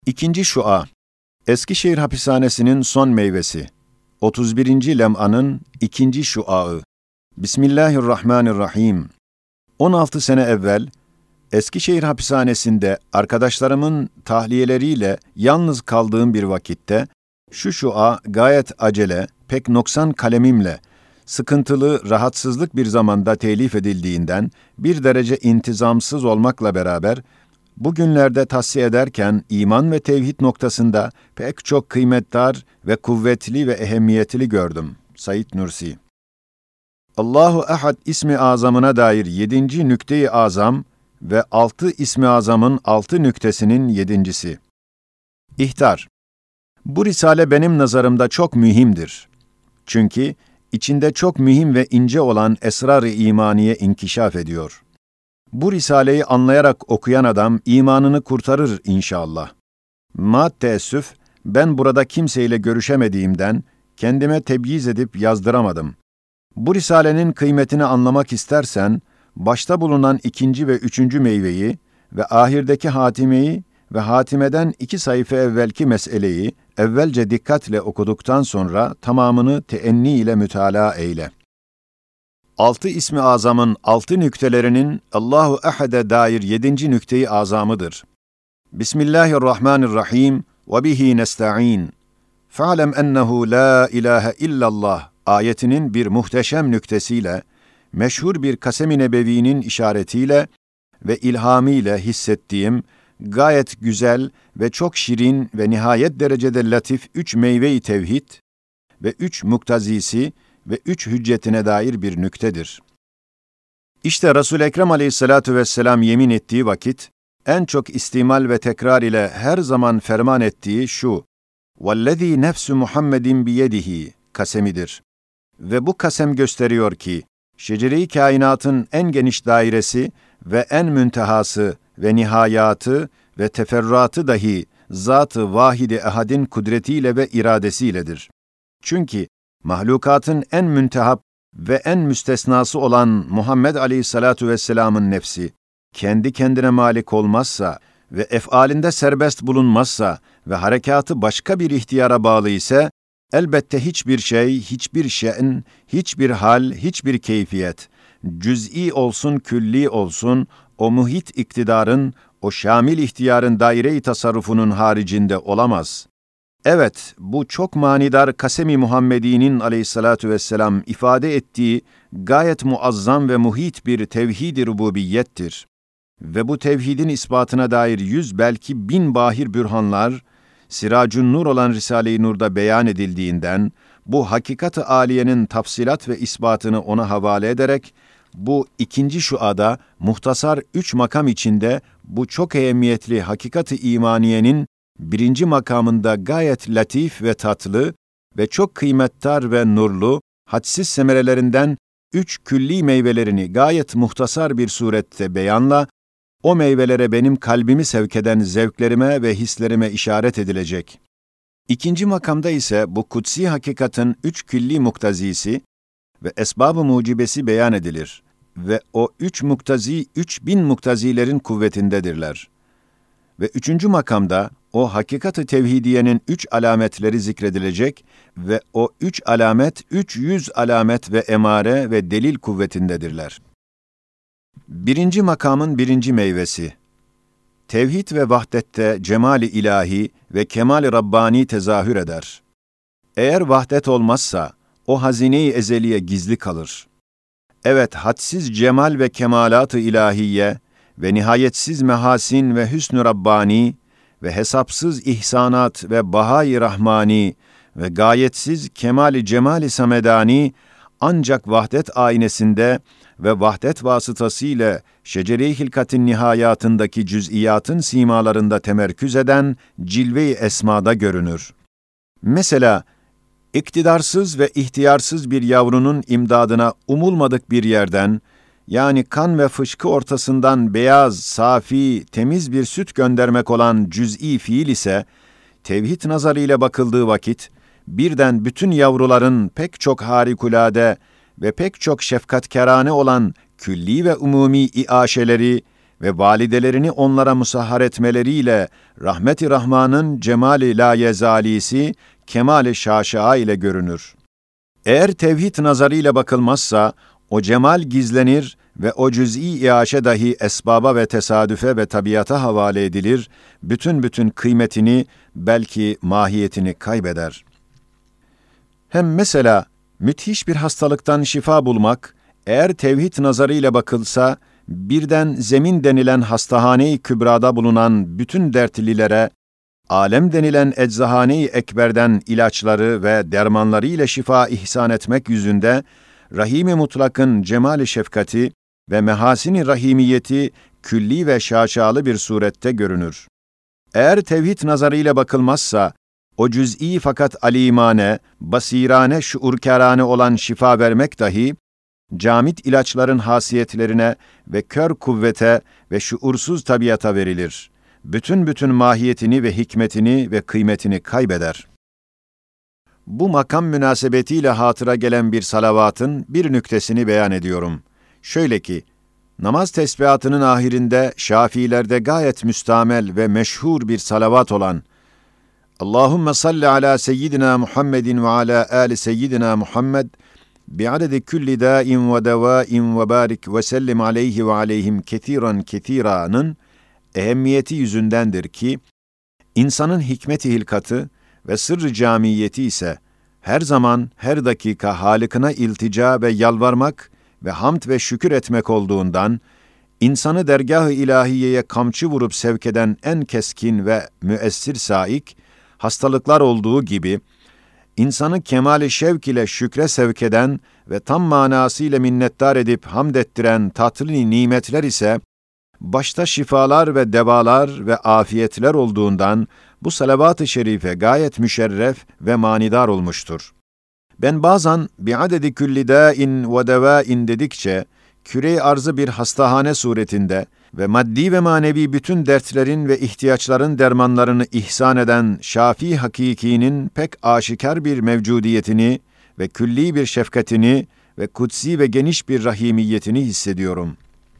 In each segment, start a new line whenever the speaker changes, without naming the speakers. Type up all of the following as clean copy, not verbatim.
İkinci şua, Eskişehir Hapishanesi'nin son meyvesi, 31. lem'anın ikinci şuağı. Bismillahirrahmanirrahim. 16 sene evvel, Eskişehir Hapishanesi'nde arkadaşlarımın tahliyeleriyle yalnız kaldığım bir vakitte, şu şua gayet acele, pek noksan kalemimle, sıkıntılı, rahatsızlık bir zamanda telif edildiğinden, bir derece intizamsız olmakla beraber, bugünlerde tahsiye ederken iman ve tevhid noktasında pek çok kıymetdar ve kuvvetli ve ehemmiyetli gördüm. Said Nursi. Allahu Ehad ismi azamına dair 7. nükte-i azam ve 6 ismi azamın 6 nüktesinin 7.'si. İhtar. Bu risale benim nazarımda çok mühimdir. Çünkü içinde çok mühim ve ince olan esrar-ı imaniye inkişaf ediyor. Bu risaleyi anlayarak okuyan adam imanını kurtarır inşallah. Teessüf, ben burada kimseyle görüşemediğimden kendime tebyiz edip yazdıramadım. Bu risalenin kıymetini anlamak istersen, başta bulunan 2. ve 3. meyveyi ve ahirdeki hatimeyi ve hatimeden 2 sayfa evvelki meseleyi evvelce dikkatle okuduktan sonra tamamını teenni ile mütalaa eyle. 6 ismi azamın 6 nüktelerinin Allahu Ehad'e dair 7. nükte-i azamıdır. Bismillahirrahmanirrahim ve bihi nesta'in. Fa'lem ennehu la ilahe illallah ayetinin bir muhteşem nüktesiyle, meşhur bir kasem-i nebevinin işaretiyle ve ilhamiyle hissettiğim gayet güzel ve çok şirin ve nihayet derecede latif 3 meyve-i tevhid ve 3 muktazisi ve 3 hüccetine dair bir nüktedir. İşte Resul-i Ekrem aleyhissalatu vesselam yemin ettiği vakit, en çok istimal ve tekrar ile her zaman ferman ettiği şu, وَالَّذ۪ي نَفْسُ مُحَمَّدٍ بِيَدِهِ kasemidir. Ve bu kasem gösteriyor ki, şecere-i kainatın en geniş dairesi ve en müntehası ve nihayatı ve teferruatı dahi zat-ı vahid-i ehadin kudretiyle ve iradesiyledir. Çünkü mahlukatın en müntehap ve en müstesnası olan Muhammed Aleyhissalatu vesselam'ın nefsi, kendi kendine malik olmazsa ve ef'alinde serbest bulunmazsa ve harekatı başka bir ihtiyara bağlı ise, elbette hiçbir şey, hiçbir şe'n, hiçbir hal, hiçbir keyfiyet, cüz'i olsun, külli olsun, o muhit iktidarın, o şamil ihtiyarın daire-i tasarrufunun haricinde olamaz. Evet, bu çok manidar Kasem-i Muhammedi'nin aleyhissalatu vesselam ifade ettiği gayet muazzam ve muhit bir tevhid-i rububiyettir. Ve bu tevhidin ispatına dair 100 belki 1000 bahir bürhanlar, Siracun Nur olan Risale-i Nur'da beyan edildiğinden, bu hakikat-ı âliyenin tafsilat ve ispatını ona havale ederek, bu 2. şuada muhtasar 3 makam içinde bu çok ehemmiyetli hakikat-ı imaniyenin 1. makamında gayet latif ve tatlı ve çok kıymetdar ve nurlu, hadsiz semerelerinden 3 külli meyvelerini gayet muhtasar bir surette beyanla, o meyvelere benim kalbimi sevk eden zevklerime ve hislerime işaret edilecek. 2. makamda ise bu kutsi hakikatin 3 külli muktazisi ve esbab-ı mucibesi beyan edilir ve o 3 muktazi 3000 muktazilerin kuvvetindedirler. Ve 3. makamda o hakikat-ı tevhidiyenin 3 alametleri zikredilecek ve o 3 alamet 300 alamet ve emare ve delil kuvvetindedirler. 1. makamın 1. meyvesi. Tevhid ve vahdette cemal-i ilahi ve kemal-i Rabbani tezahür eder. Eğer vahdet olmazsa, o hazine-i ezeliye gizli kalır. Evet, hadsiz cemal ve kemalat-ı ilahiye ve nihayetsiz mehasin ve hüsn-ü Rabbani ve hesapsız ihsanat ve baha-i rahmani ve gayetsiz kemal-i cemal-i samedani ancak vahdet aynesinde ve vahdet vasıtasıyla şecere-i hilkatin nihayatındaki cüz'iyatın simalarında temerküz eden cilve-i esmada görünür. Mesela, iktidarsız ve ihtiyarsız bir yavrunun imdadına umulmadık bir yerden, yani kan ve fışkı ortasından beyaz, safi, temiz bir süt göndermek olan cüz'i fiil ise, tevhid nazarıyla bakıldığı vakit, birden bütün yavruların pek çok harikulade ve pek çok şefkatkârane olan külli ve umumi iaşeleri ve validelerini onlara musahhar etmeleriyle rahmet-i Rahman'ın cemali layezalisi, kemal-i şaşaa ile görünür. Eğer tevhid nazarıyla bakılmazsa, o cemal gizlenir ve o cüz'i iaşe dahi esbaba ve tesadüfe ve tabiata havale edilir, bütün kıymetini, belki mahiyetini kaybeder. Hem mesela, müthiş bir hastalıktan şifa bulmak, eğer tevhid nazarıyla bakılsa, birden zemin denilen hastahane-i kübrada bulunan bütün dertlilere, alem denilen eczahane-i ekberden ilaçları ve dermanları ile şifa ihsan etmek yüzünde, Rahim-i Mutlak'ın cemali şefkati ve mehasini rahimiyeti külli ve şaşalı bir surette görünür. Eğer tevhid nazarıyla bakılmazsa, o cüz'i fakat alimane, basirane, şuurkârane olan şifa vermek dahi, camit ilaçların hasiyetlerine ve kör kuvvete ve şuursuz tabiata verilir. Bütün mahiyetini ve hikmetini ve kıymetini kaybeder. Bu makam münasebetiyle hatıra gelen bir salavatın bir nüktesini beyan ediyorum. Şöyle ki, namaz tesbihatının ahirinde Şafiilerde gayet müstamel ve meşhur bir salavat olan Allahümme salli ala seyyidina Muhammedin ve ala ali seyyidina Muhammed bi'adedi külli dâin ve devâin ve bârik ve sellim aleyhi ve aleyhim ketîranın ehemmiyeti yüzündendir ki, insanın hikmet-i hilkatı ve sırrı camiyeti ise her zaman, her dakika Halık'ına iltica ve yalvarmak ve hamd ve şükür etmek olduğundan, insanı dergâh-ı ilahiyeye kamçı vurup sevk eden en keskin ve müessir saik, hastalıklar olduğu gibi, insanı kemal-i şevk ile şükre sevk eden ve tam manasıyla minnettar edip hamd ettiren tatlı nimetler ise, başta şifalar ve devalar ve afiyetler olduğundan, bu salavat-ı şerife gayet müşerref ve manidar olmuştur. Ben bazen bi'adedi külli dâin ve devâin dedikçe, küre-i arzı bir hastahane suretinde ve maddi ve manevi bütün dertlerin ve ihtiyaçların dermanlarını ihsan eden Şafii Hakiki'nin pek aşikar bir mevcudiyetini ve külli bir şefkatini ve kutsi ve geniş bir rahimiyetini hissediyorum.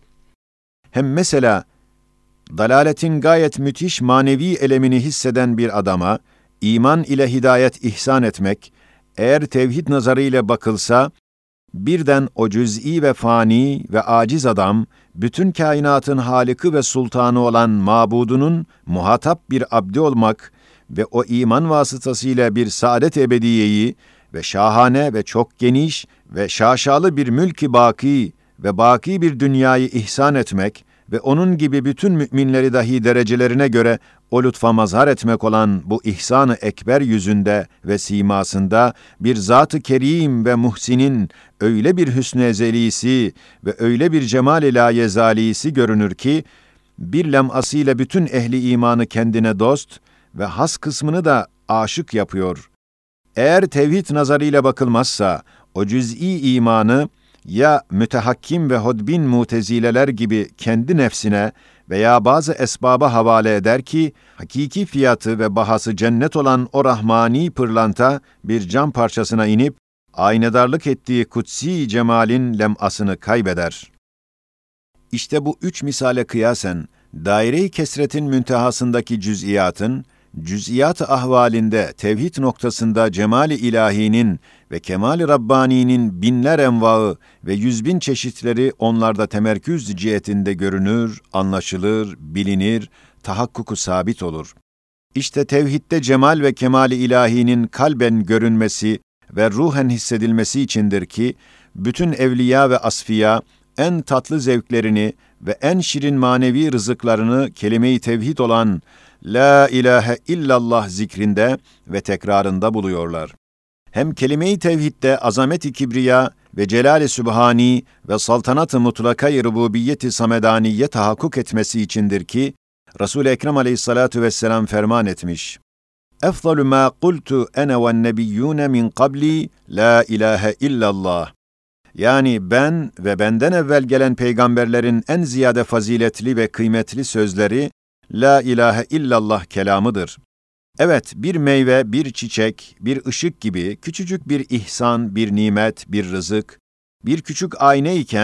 Hem mesela, dalaletin gayet müthiş manevi elemini hisseden bir adama, iman ile hidayet ihsan etmek, eğer tevhid nazarıyla bakılsa, birden o cüz'i ve fani ve aciz adam, bütün kainatın Halık'ı ve sultanı olan mabudunun muhatap bir abdi olmak ve o iman vasıtasıyla bir saadet ebediyeyi ve şahane ve çok geniş ve şaşalı bir mülk-i baki ve baki bir dünyayı ihsan etmek ve onun gibi bütün müminleri dahi derecelerine göre o lütfa mazhar etmek olan bu ihsan-ı ekber yüzünde ve simasında bir zat-ı kerim ve muhsinin öyle bir hüsn-i ezelisi ve öyle bir cemal-i layezalisi görünür ki, bir lem'asıyla bütün ehli imanı kendine dost ve has kısmını da aşık yapıyor. Eğer tevhid nazarıyla bakılmazsa, o cüz'i imanı, ya mütehakkim ve hodbin mutezileler gibi kendi nefsine veya bazı esbaba havale eder ki, hakiki fiyatı ve bahası cennet olan o rahmani pırlanta bir cam parçasına inip, aynedarlık ettiği kutsi cemalin lem'asını kaybeder. İşte bu üç misale kıyasen, daire-i kesretin müntehasındaki cüz'iyat-ı ahvalinde tevhid noktasında cemal-i ilahinin ve kemal-i Rabbani'nin binler envaı ve 100.000 çeşitleri onlarda temerküz cihetinde görünür, anlaşılır, bilinir, tahakkuku sabit olur. İşte tevhidde cemal ve kemal-i ilahinin kalben görünmesi ve ruhen hissedilmesi içindir ki, bütün evliya ve asfiya, en tatlı zevklerini ve en şirin manevi rızıklarını kelime-i tevhid olan La ilahe illallah zikrinde ve tekrarında buluyorlar. Hem kelime-i tevhidde azamet-i kibriya ve celal-i sübhani ve saltanat-ı mutlaka-i rububiyet-i samedaniye tahakkuk etmesi içindir ki, Resul-i Ekrem aleyhissalatu vesselam ferman etmiş. Efdalu ma kultu ene ve nebiyyune min qabli la ilahe illallah. Yani ben ve benden evvel gelen peygamberlerin en ziyade faziletli ve kıymetli sözleri, La ilahe illallah kelamıdır. Evet, bir meyve, bir çiçek, bir ışık gibi küçücük bir ihsan, bir nimet, bir rızık, bir küçük ayna iken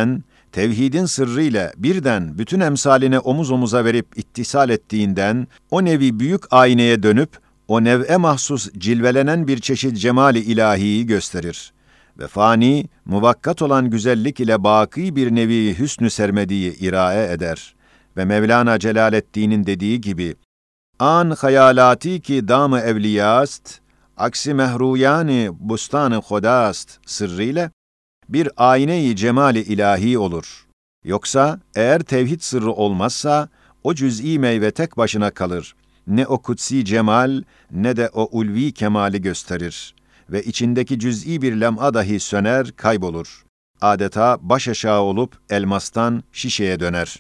tevhidin sırrıyla birden bütün emsaline omuz omuza verip ittisal ettiğinden, o nevi büyük ayneye dönüp, o nev'e mahsus cilvelenen bir çeşit cemali ilahiyi gösterir. Ve fani, muvakkat olan güzellik ile baki bir nevi hüsnü sermediği irae eder. Ve Mevlana Celaleddin'in dediği gibi, an hayalati ki dam-ı evliyast, aksi mehruyani bustan-ı hodast sırrıyla bir ayne-i cemali ilahi olur. Yoksa eğer tevhid sırrı olmazsa o cüz'i meyve tek başına kalır. Ne o kutsi cemal ne de o ulvi kemali gösterir ve içindeki cüz'i bir lem'a dahi söner, kaybolur. Adeta baş aşağı olup elmastan şişeye döner.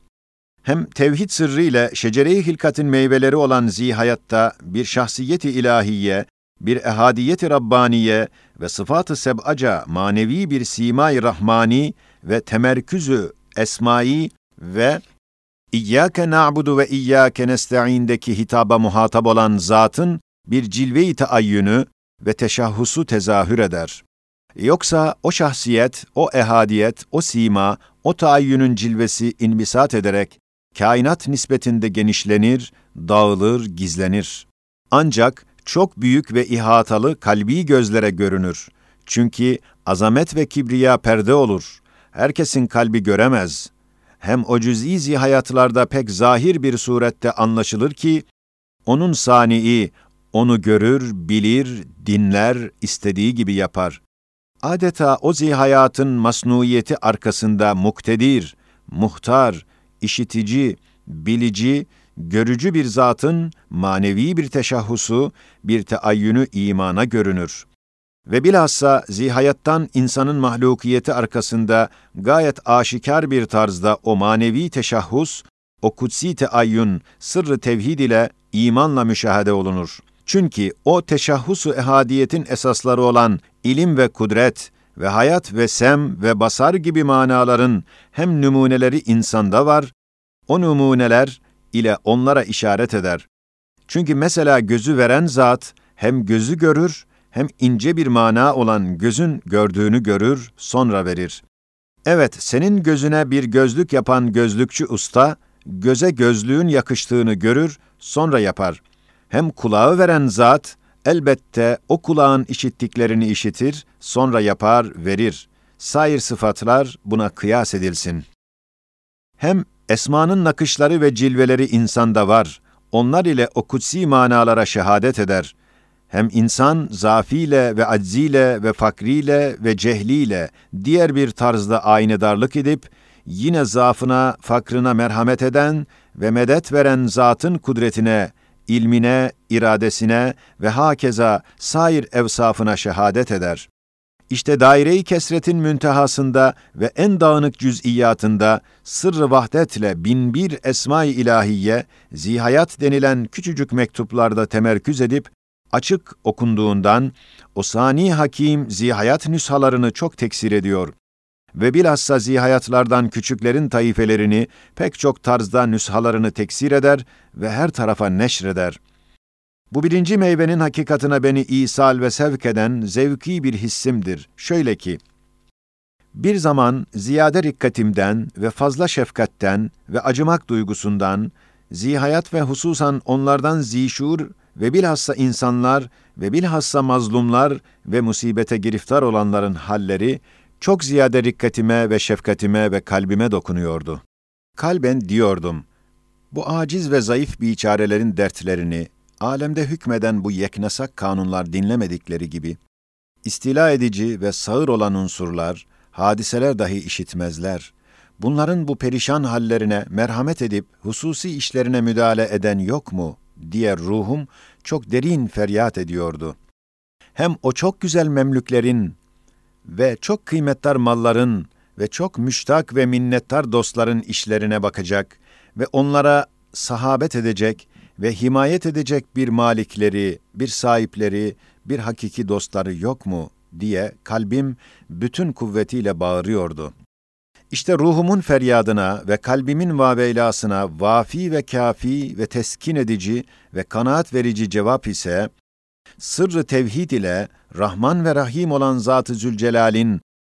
Hem tevhid sırrı ile şecere-i hilkatin meyveleri olan zihayatta bir şahsiyeti ilahiye, bir ehadiyeti rabbaniye ve sıfat-ı seb'aca manevi bir simay rahmani ve temerküzü esmai ve İyyâke na'budu ve iyyâke nesta'în'deki hitaba muhatap olan zatın bir cilve-i teayyünü ve teşahhusu tezahür eder. Yoksa o şahsiyet, o ehadiyet, o sima, o taayyünün cilvesi inbisat ederek kainat nispetinde genişlenir, dağılır, gizlenir. Ancak çok büyük ve ihatalı kalbi gözlere görünür. Çünkü azamet ve kibriya perde olur. Herkesin kalbi göremez. Hem o cüz'i zihayatlarda pek zahir bir surette anlaşılır ki, onun sani'i onu görür, bilir, dinler, istediği gibi yapar. Adeta o zihayatın masnuiyeti arkasında muktedir, muhtar, işitici, bilici, görücü bir zatın manevi bir teşahhusu, bir teayyünü imana görünür. Ve bilhassa zihayattan insanın mahlukiyeti arkasında gayet aşikar bir tarzda o manevi teşahhus, o kutsi teayyün, sırrı tevhid ile imanla müşahede olunur. Çünkü o teşahhusu ehadiyetin esasları olan ilim ve kudret ve hayat ve sem ve basar gibi manaların hem numuneleri insanda var, o numuneler ile onlara işaret eder. Çünkü mesela gözü veren zat hem gözü görür, hem ince bir mana olan gözün gördüğünü görür, sonra verir. Evet, senin gözüne bir gözlük yapan gözlükçü usta, göze gözlüğün yakıştığını görür, sonra yapar. Hem kulağı veren zat, elbette o kulağın işittiklerini işitir, sonra yapar, verir. Sair sıfatlar buna kıyas edilsin. Hem esmanın nakışları ve cilveleri insanda var, onlar ile o kutsi manalara şehadet eder. Hem insan zafiyle ve acziyle ve fakriyle ve cehliyle diğer bir tarzda aynedarlık edip, yine zaafına, fakrına merhamet eden ve medet veren zatın kudretine, ilmine, iradesine ve hakeza sair evsafına şehadet eder. İşte daire-i kesretin müntehasında ve en dağınık cüz'iyatında sırrı vahdetle binbir esma-i ilahiye, zihayat denilen küçücük mektuplarda temerküz edip, açık okunduğundan o sani hakim zihayat nüshalarını çok teksir ediyor ve bilhassa zihayatlardan küçüklerin taifelerini pek çok tarzda nüshalarını teksir eder ve her tarafa neşreder. Bu birinci meyvenin hakikatine beni isal ve sevk eden zevki bir hissimdir. Şöyle ki, bir zaman ziyade rikkatimden ve fazla şefkatten ve acımak duygusundan, zihayat ve hususan onlardan zişur ve bilhassa insanlar ve bilhassa mazlumlar ve musibete giriftar olanların halleri çok ziyade rikkatime ve şefkatime ve kalbime dokunuyordu. Kalben diyordum, bu aciz ve zayıf biçarelerin dertlerini, alemde hükmeden bu yeknesak kanunlar dinlemedikleri gibi, istila edici ve sağır olan unsurlar, hadiseler dahi işitmezler. Bunların bu perişan hallerine merhamet edip hususi işlerine müdahale eden yok mu diye ruhum çok derin feryat ediyordu. Hem o çok güzel memlüklerin ve çok kıymetli malların ve çok müştak ve minnettar dostların işlerine bakacak ve onlara sahabet edecek ve himayet edecek bir malikleri, bir sahipleri, bir hakiki dostları yok mu diye kalbim bütün kuvvetiyle bağırıyordu. İşte ruhumun feryadına ve kalbimin vaveylasına vafi ve kafi ve teskin edici ve kanaat verici cevap ise, sırrı tevhid ile Rahman ve Rahim olan Zat-ı Zülcelal'in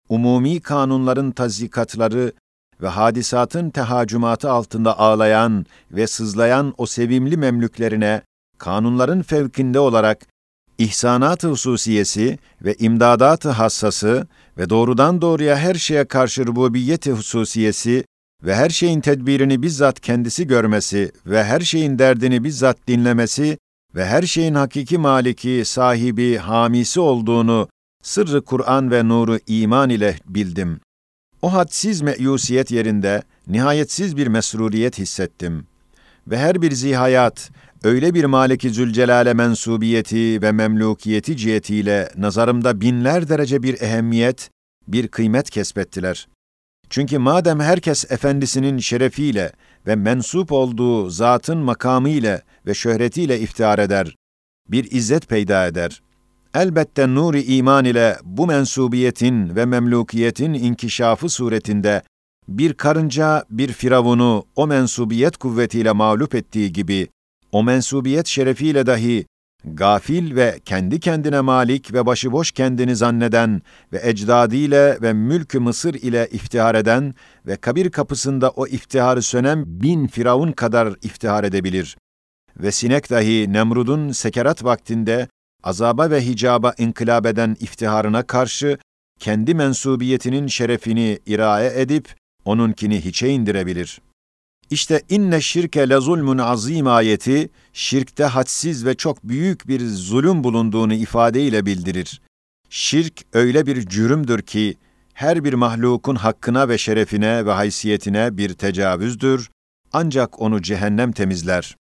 umumi kanunların tazyikatları ve hadisatın tehacümatı altında ağlayan ve sızlayan o sevimli memlüklerine, kanunların fevkinde olarak, ihsanat-ı hususiyesi ve imdadat-ı hassası ve doğrudan doğruya her şeye karşı rububiyet-i hususiyesi ve her şeyin tedbirini bizzat kendisi görmesi ve her şeyin derdini bizzat dinlemesi ve her şeyin hakiki maliki, sahibi, hamisi olduğunu sırrı Kur'an ve nuru iman ile bildim. O hadsiz meyusiyet yerinde nihayetsiz bir mesruriyet hissettim. Ve her bir zihayat öyle bir Maliki Zülcelal'e mensubiyeti ve memlukiyeti cihetiyle nazarımda binler derece bir ehemmiyet, bir kıymet kesbettiler. Çünkü madem herkes efendisinin şerefiyle ve mensup olduğu zatın makamıyla ve şöhretiyle iftihar eder, bir izzet peyda eder. Elbette nuri iman ile bu mensubiyetin ve memlukiyetin inkişafı suretinde bir karınca bir firavunu o mensubiyet kuvvetiyle mağlup ettiği gibi, o mensubiyet şerefiyle dahi gafil ve kendi kendine malik ve başıboş kendini zanneden ve ecdadiyle ve mülk-ü Mısır ile iftihar eden ve kabir kapısında o iftiharı sönen 1000 firavun kadar iftihar edebilir. Ve sinek dahi Nemrud'un sekerat vaktinde azaba ve hicaba inkılap eden iftiharına karşı kendi mensubiyetinin şerefini irae edip onunkini hiçe indirebilir. İşte inne şirke le zulmun azim ayeti, şirkte hadsiz ve çok büyük bir zulüm bulunduğunu ifadeyle bildirir. Şirk öyle bir cürümdür ki, her bir mahlukun hakkına ve şerefine ve haysiyetine bir tecavüzdür, ancak onu cehennem temizler.